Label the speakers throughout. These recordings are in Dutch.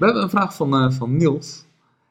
Speaker 1: We hebben een vraag van Niels.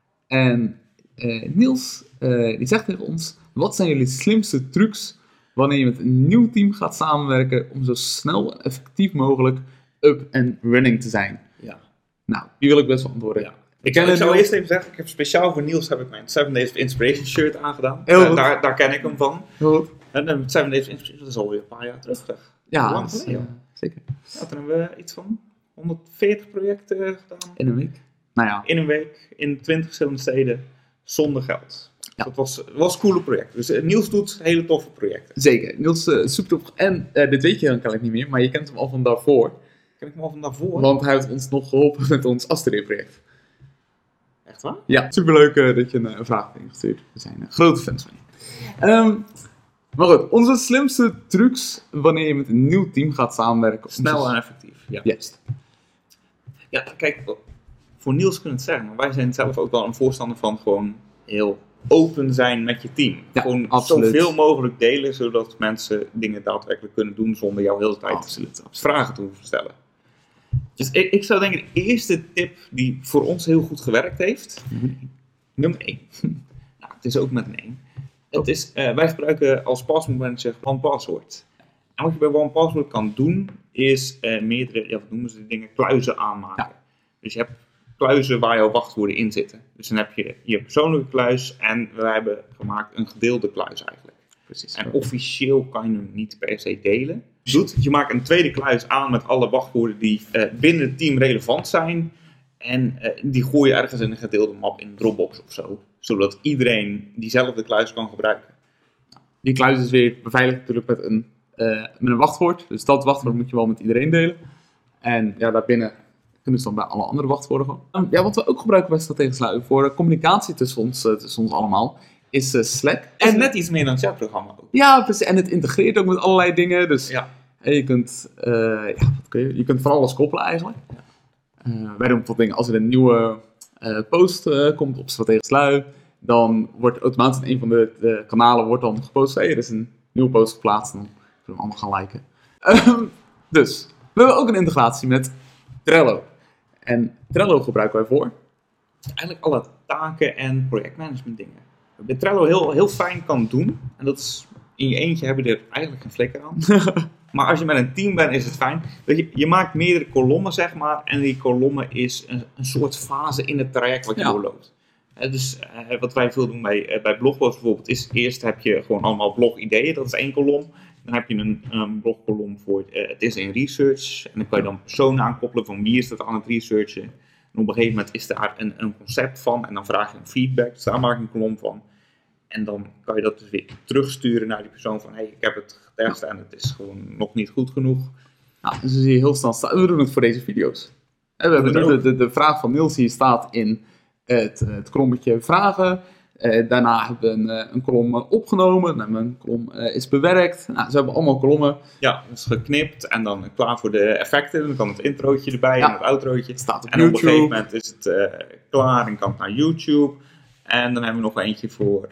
Speaker 1: En Niels die zegt tegen ons: wat zijn jullie slimste trucs wanneer je met een nieuw team gaat samenwerken om zo snel en effectief mogelijk up en running te zijn?
Speaker 2: Ja.
Speaker 1: Nou, die wil ik best wel antwoorden.
Speaker 2: Ja. Ik zou eerst even zeggen, ik heb speciaal voor Niels heb ik mijn 7 Days of Inspiration shirt aangedaan. Daar ken ik hem van.
Speaker 1: Heel goed.
Speaker 2: En 7 Days of Inspiration, dat is alweer een paar jaar terug.
Speaker 1: Ja,
Speaker 2: lang geleden.
Speaker 1: Zeker.
Speaker 2: Ja, toen hebben we iets van 140 projecten gedaan.
Speaker 1: In een week. Nou ja.
Speaker 2: In een week, in 20 verschillende steden, zonder geld.
Speaker 1: Ja.
Speaker 2: Dat was coole projecten. Dus Niels doet hele toffe projecten.
Speaker 1: Zeker. Niels is super tof. En dit weet je dan kan ik niet meer, maar je kent hem al van daarvoor.
Speaker 2: Ken ik hem al van daarvoor?
Speaker 1: Want hij heeft ons nog geholpen met ons afstudeerproject.
Speaker 2: Echt waar?
Speaker 1: Ja, superleuk dat je een vraag hebt ingestuurd. We zijn grote fans van je. Maar goed, onze slimste trucs wanneer je met een nieuw team gaat samenwerken.
Speaker 2: Snel en effectief. Ja.
Speaker 1: Juist.
Speaker 2: Ja, kijk, voor Niels kunnen we het zeggen, maar wij zijn zelf ook wel een voorstander van gewoon heel open zijn met je team.
Speaker 1: Ja,
Speaker 2: gewoon
Speaker 1: absoluut.
Speaker 2: zoveel mogelijk delen, zodat mensen dingen daadwerkelijk kunnen doen zonder jou heel de tijd
Speaker 1: Absoluut.
Speaker 2: vragen te hoeven stellen. Dus ik zou denken, de eerste tip die voor ons heel goed gewerkt heeft, nummer 1. Nou, het is ook met een 1. Het is, wij gebruiken als password manager OnePassword. En wat je bij OnePassword kan doen, is meerdere, wat noemen ze die dingen, kluizen aanmaken.
Speaker 1: Ja.
Speaker 2: Dus je hebt kluizen waar jouw wachtwoorden in zitten. Dus dan heb je je persoonlijke kluis en wij hebben gemaakt een gedeelde kluis eigenlijk.
Speaker 1: Precies.
Speaker 2: En officieel kan je hem niet per se delen. Je maakt een tweede kluis aan met alle wachtwoorden die binnen het team relevant zijn. En die gooi je ergens in een gedeelde map in Dropbox of zo. Zodat iedereen diezelfde kluis kan gebruiken.
Speaker 1: Die kluis is weer beveiligd natuurlijk met een wachtwoord. Dus dat wachtwoord moet je wel met iedereen delen. En ja, daarbinnen kunnen ze dan bij alle andere wachtwoorden gewoon. Ja, wat we ook gebruiken bij strategisch lui voor de communicatie tussen ons allemaal is Slack.
Speaker 2: En net iets meer dan een chatprogramma ook.
Speaker 1: Ja, precies. En het integreert ook met allerlei dingen. Dus
Speaker 2: Ja.
Speaker 1: je kunt, wat kun je? Je kunt van alles koppelen eigenlijk. Wij doen bijvoorbeeld dingen als er een nieuwe post komt op strategisch lui, dan wordt automatisch in een van de kanalen wordt dan gepost. Er is een nieuwe post geplaatst en dan kunnen we allemaal gaan liken. Dus, we hebben ook een integratie met Trello. En Trello gebruiken wij voor
Speaker 2: Eigenlijk alle taken en projectmanagement dingen. Wat Trello heel fijn kan doen, en dat is in je eentje heb je er eigenlijk geen flikker aan. Maar als je met een team bent is het fijn. Dat je maakt meerdere kolommen zeg maar, en die kolommen is een soort fase in het traject wat je doorloopt. Dus wat wij veel doen bij blogposts bijvoorbeeld is eerst heb je gewoon allemaal blogideeën, dat is één kolom. Dan heb je een blogkolom voor het is in research. En dan kan je dan personen aankoppelen van wie is dat aan het researchen. En op een gegeven moment is daar een concept van en dan vraag je om feedback. Dus daar maak je een kolom van. En dan kan je dat dus weer terugsturen naar die persoon van hey, ik heb het getest en het is gewoon nog niet goed genoeg.
Speaker 1: Nou, dus zie je heel snel staan. We doen het voor deze video's. We hebben de vraag van Niels hier staat in het kolommetje vragen. Daarna hebben we een kolom opgenomen. Dan hebben we een kolom is bewerkt. Nou, ze hebben allemaal kolommen.
Speaker 2: Ja, dat is geknipt en dan klaar voor de effecten. Dan kan het introotje erbij en het outrootje.
Speaker 1: Staat op
Speaker 2: en
Speaker 1: YouTube.
Speaker 2: Op een gegeven moment is het klaar en kan het naar YouTube. En dan hebben we nog eentje voor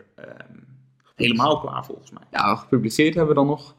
Speaker 2: helemaal klaar volgens mij.
Speaker 1: Ja, gepubliceerd hebben we dan nog.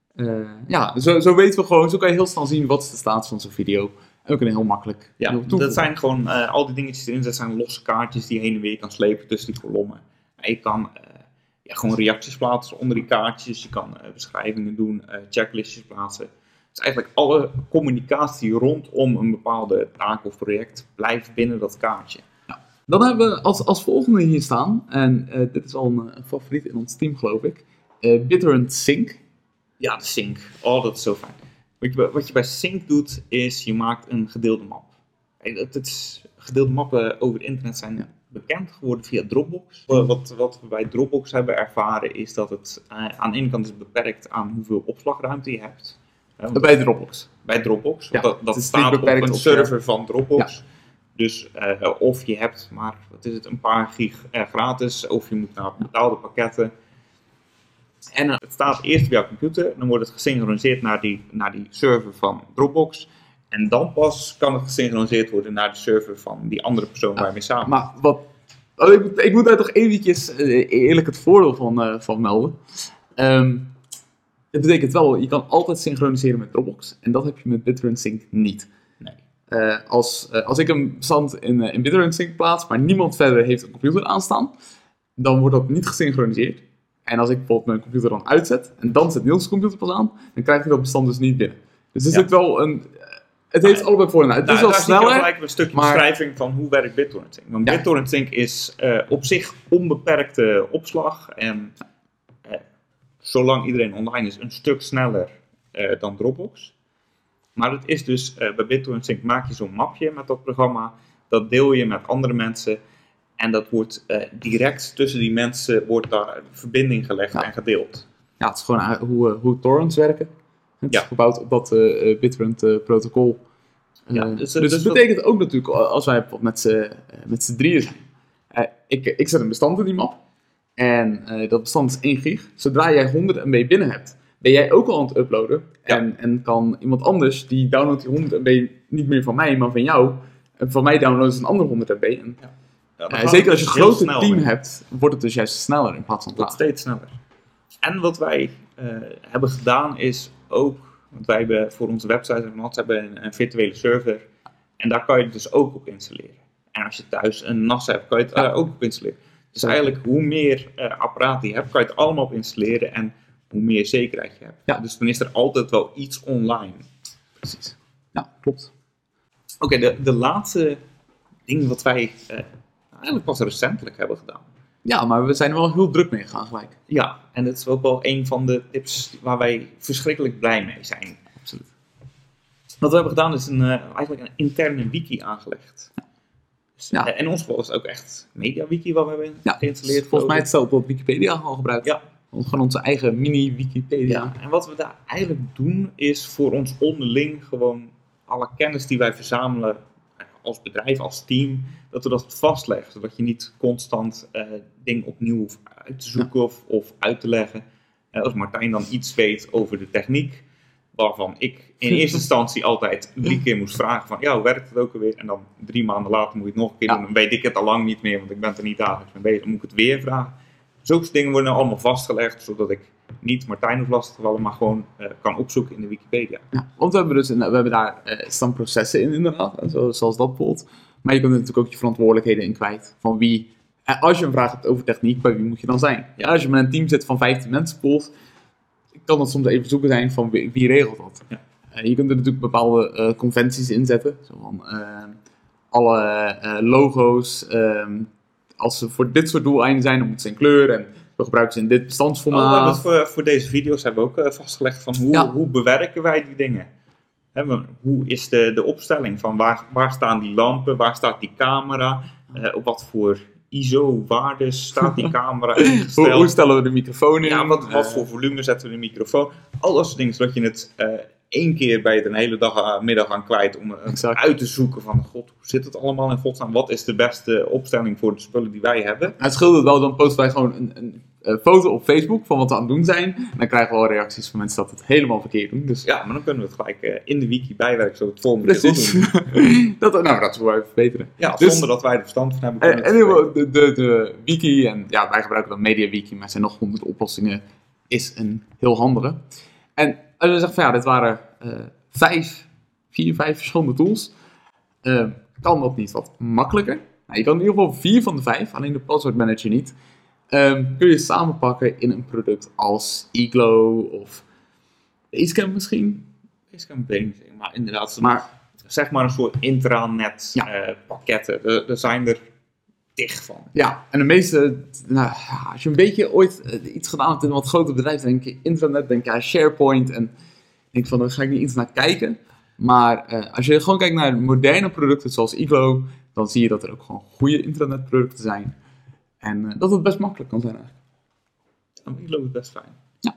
Speaker 1: Zo weten we gewoon, zo kan je heel snel zien wat is de status van zo'n video. En we kunnen heel makkelijk
Speaker 2: dat zijn gewoon al die dingetjes erin, dat zijn losse kaartjes die je heen en weer kan slepen tussen die kolommen. En je kan gewoon reacties plaatsen onder die kaartjes, je kan beschrijvingen doen, checklistjes plaatsen. Dus eigenlijk alle communicatie rondom een bepaalde taak of project blijft binnen dat kaartje.
Speaker 1: Dan hebben we als volgende hier staan, en dit is al een favoriet in ons team geloof ik, BitTorrent Sync.
Speaker 2: Ja, de sync. Oh, dat is zo fijn. Wat je bij sync doet, is je maakt een gedeelde map. Gedeelde mappen over het internet zijn bekend geworden via Dropbox. Wat we bij Dropbox hebben ervaren, is dat het aan de ene kant is beperkt aan hoeveel opslagruimte je hebt.
Speaker 1: Bij Dropbox.
Speaker 2: Bij Dropbox.
Speaker 1: Ja,
Speaker 2: dat staat op een server van Dropbox. Ja. Dus of je hebt maar, een paar gig gratis, of je moet naar betaalde pakketten. En het staat eerst op jouw computer, dan wordt het gesynchroniseerd naar die server van Dropbox. En dan pas kan het gesynchroniseerd worden naar de server van die andere persoon waar je mee samen.
Speaker 1: Maar ik moet daar toch eventjes eerlijk het voordeel van melden. Het betekent wel, je kan altijd synchroniseren met Dropbox. En dat heb je met BitTorrent Sync niet.
Speaker 2: Nee.
Speaker 1: Als ik een bestand in BitTorrent Sync plaats, maar niemand verder heeft een computer aanstaan, dan wordt dat niet gesynchroniseerd. En als ik bijvoorbeeld mijn computer dan uitzet, en dan zet Niels' computer pas aan, dan krijg je dat bestand dus niet binnen. Dus er zit wel een... Het heeft allebei voor en nadelen. Het is wel sneller.
Speaker 2: Daar gelijk een stukje beschrijving van hoe werkt BitTorrent Sync. Want BitTorrent Sync is op zich onbeperkte opslag. En zolang iedereen online is, een stuk sneller dan Dropbox. Maar het is dus, bij BitTorrent Sync maak je zo'n mapje met dat programma. Dat deel je met andere mensen. En dat wordt direct tussen die mensen wordt daar verbinding gelegd en gedeeld.
Speaker 1: Ja, het is gewoon hoe torrents werken. Het is gebouwd op dat BitTorrent protocol. Dus dat betekent ook natuurlijk, als wij bijvoorbeeld met z'n drieën zijn. Ik zet een bestand in die map. En dat bestand is 1 gig. Zodra jij 100 MB binnen hebt, ben jij ook al aan het uploaden. Ja. En kan iemand anders, die downloadt die 100 MB niet meer van mij, maar van jou. En van mij downloaden ze een andere 100 MB. En, zeker als je een groot team hebt, wordt het dus juist sneller in plaats van
Speaker 2: traag. Het wordt steeds sneller. En wat wij hebben gedaan is ook, want wij hebben voor onze website hebben een virtuele server. En daar kan je het dus ook op installeren. En als je thuis een NAS hebt, kan je het daar ook op installeren. Dus eigenlijk hoe meer apparaten je hebt, kan je het allemaal op installeren en hoe meer zekerheid je hebt. Ja. Dus dan is er altijd wel iets online.
Speaker 1: Precies. Ja, klopt.
Speaker 2: Oké, de laatste ding wat wij eigenlijk pas recentelijk hebben gedaan.
Speaker 1: Ja, maar we zijn er wel heel druk mee gegaan gelijk.
Speaker 2: Ja, en dat is ook wel een van de tips waar wij verschrikkelijk blij mee zijn.
Speaker 1: Absoluut.
Speaker 2: Wat we hebben gedaan is eigenlijk een interne wiki aangelegd. Dus, en in ons geval is het ook echt MediaWiki wat we hebben geïnstalleerd.
Speaker 1: Volgens mij hetzelfde wat Wikipedia al gebruikt. Ja. Gewoon onze eigen mini-Wikipedia.
Speaker 2: Ja, en wat we daar eigenlijk doen is voor ons onderling gewoon alle kennis die wij verzamelen als bedrijf, als team, dat we dat vastleggen. Zodat je niet constant dingen opnieuw hoeft uit te zoeken of uit te leggen. Als Martijn dan iets weet over de techniek, waarvan ik in eerste instantie altijd 3 keer moest vragen van, hoe werkt het ook alweer? En dan 3 maanden later moet je het nog een keer doen. Dan weet ik het al lang niet meer, want ik ben er niet dagelijks mee bezig. Dan moet ik het weer vragen. Zulke dingen worden nou allemaal vastgelegd, zodat ik niet Martijn hoef lastig te vallen, maar gewoon kan opzoeken in de Wikipedia.
Speaker 1: Ja, want we hebben daar staan processen in inderdaad, zoals dat bijvoorbeeld. Maar je kunt er natuurlijk ook je verantwoordelijkheden in kwijt. Van wie, als je een vraag hebt over techniek, bij wie moet je dan zijn? Ja, als je met een team zit van 15 mensen bijvoorbeeld, kan dat soms even zoeken zijn van wie regelt dat. Ja. Je kunt er natuurlijk bepaalde conventies in zetten. Zo van, alle logo's, als ze voor dit soort doeleinden zijn, dan moeten ze in kleur en we gebruiken ze in dit bestandsformaat.
Speaker 2: Voor deze video's hebben we ook vastgelegd van hoe bewerken wij die dingen. Hoe is de opstelling van waar staan die lampen, waar staat die camera, op wat voor ISO-waardes staat die camera ingesteld.
Speaker 1: Hoe stellen we de microfoon in?
Speaker 2: Ja, wat voor volume zetten we in de microfoon. Al dat soort dingen, zodat je het 1 keer bij het een hele middag aan kwijt om uit te zoeken van, god, hoe zit het allemaal in godsnaam? Wat is de beste opstelling voor de spullen die wij hebben?
Speaker 1: Het scheelt wel, dan posten wij gewoon een foto op Facebook van wat we aan het doen zijn. En dan krijgen we al reacties van mensen dat het helemaal verkeerd doen. Dus...
Speaker 2: Ja, maar dan kunnen we het gelijk in de wiki bijwerken, zodat het volgende keer goed
Speaker 1: doen. dat is hoe wij verbeteren.
Speaker 2: Ja, dus, zonder dat wij er verstand van hebben.
Speaker 1: En de wiki, en ja, wij gebruiken dan MediaWiki, maar er zijn nog 100 oplossingen, is een heel handige. En als je zegt van dit waren 5 verschillende tools, kan dat niet wat makkelijker? Nou, je kan in ieder geval 4 van de 5, alleen de password manager niet, kun je samenpakken in een product als Eglow of Basecamp misschien.
Speaker 2: Basecamp maar inderdaad, zeg maar een soort intranet pakketten. Er zijn er tig van.
Speaker 1: Ja, en de meeste, als je een beetje ooit iets gedaan hebt in een wat groter bedrijf, denk je intranet, denk je SharePoint en denk van, daar ga ik niet eens naar kijken. Maar als je gewoon kijkt naar moderne producten zoals Eglow, dan zie je dat er ook gewoon goede intranetproducten zijn. En dat het best makkelijk kan zijn eigenlijk.
Speaker 2: Eglow is best fijn.
Speaker 1: Ja.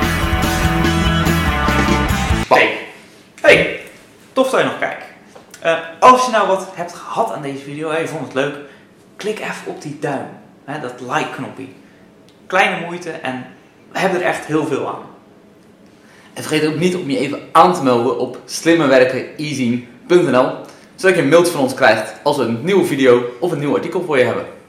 Speaker 2: Hey, tof dat je nog kijkt. Als je nou wat hebt gehad aan deze video en je vond het leuk, klik even op die duim, dat like-knopje. Kleine moeite en we hebben er echt heel veel aan.
Speaker 3: En vergeet ook niet om je even aan te melden op slimmerwerkeneasy.nl, zodat je een mailtje van ons krijgt als we een nieuwe video of een nieuw artikel voor je hebben.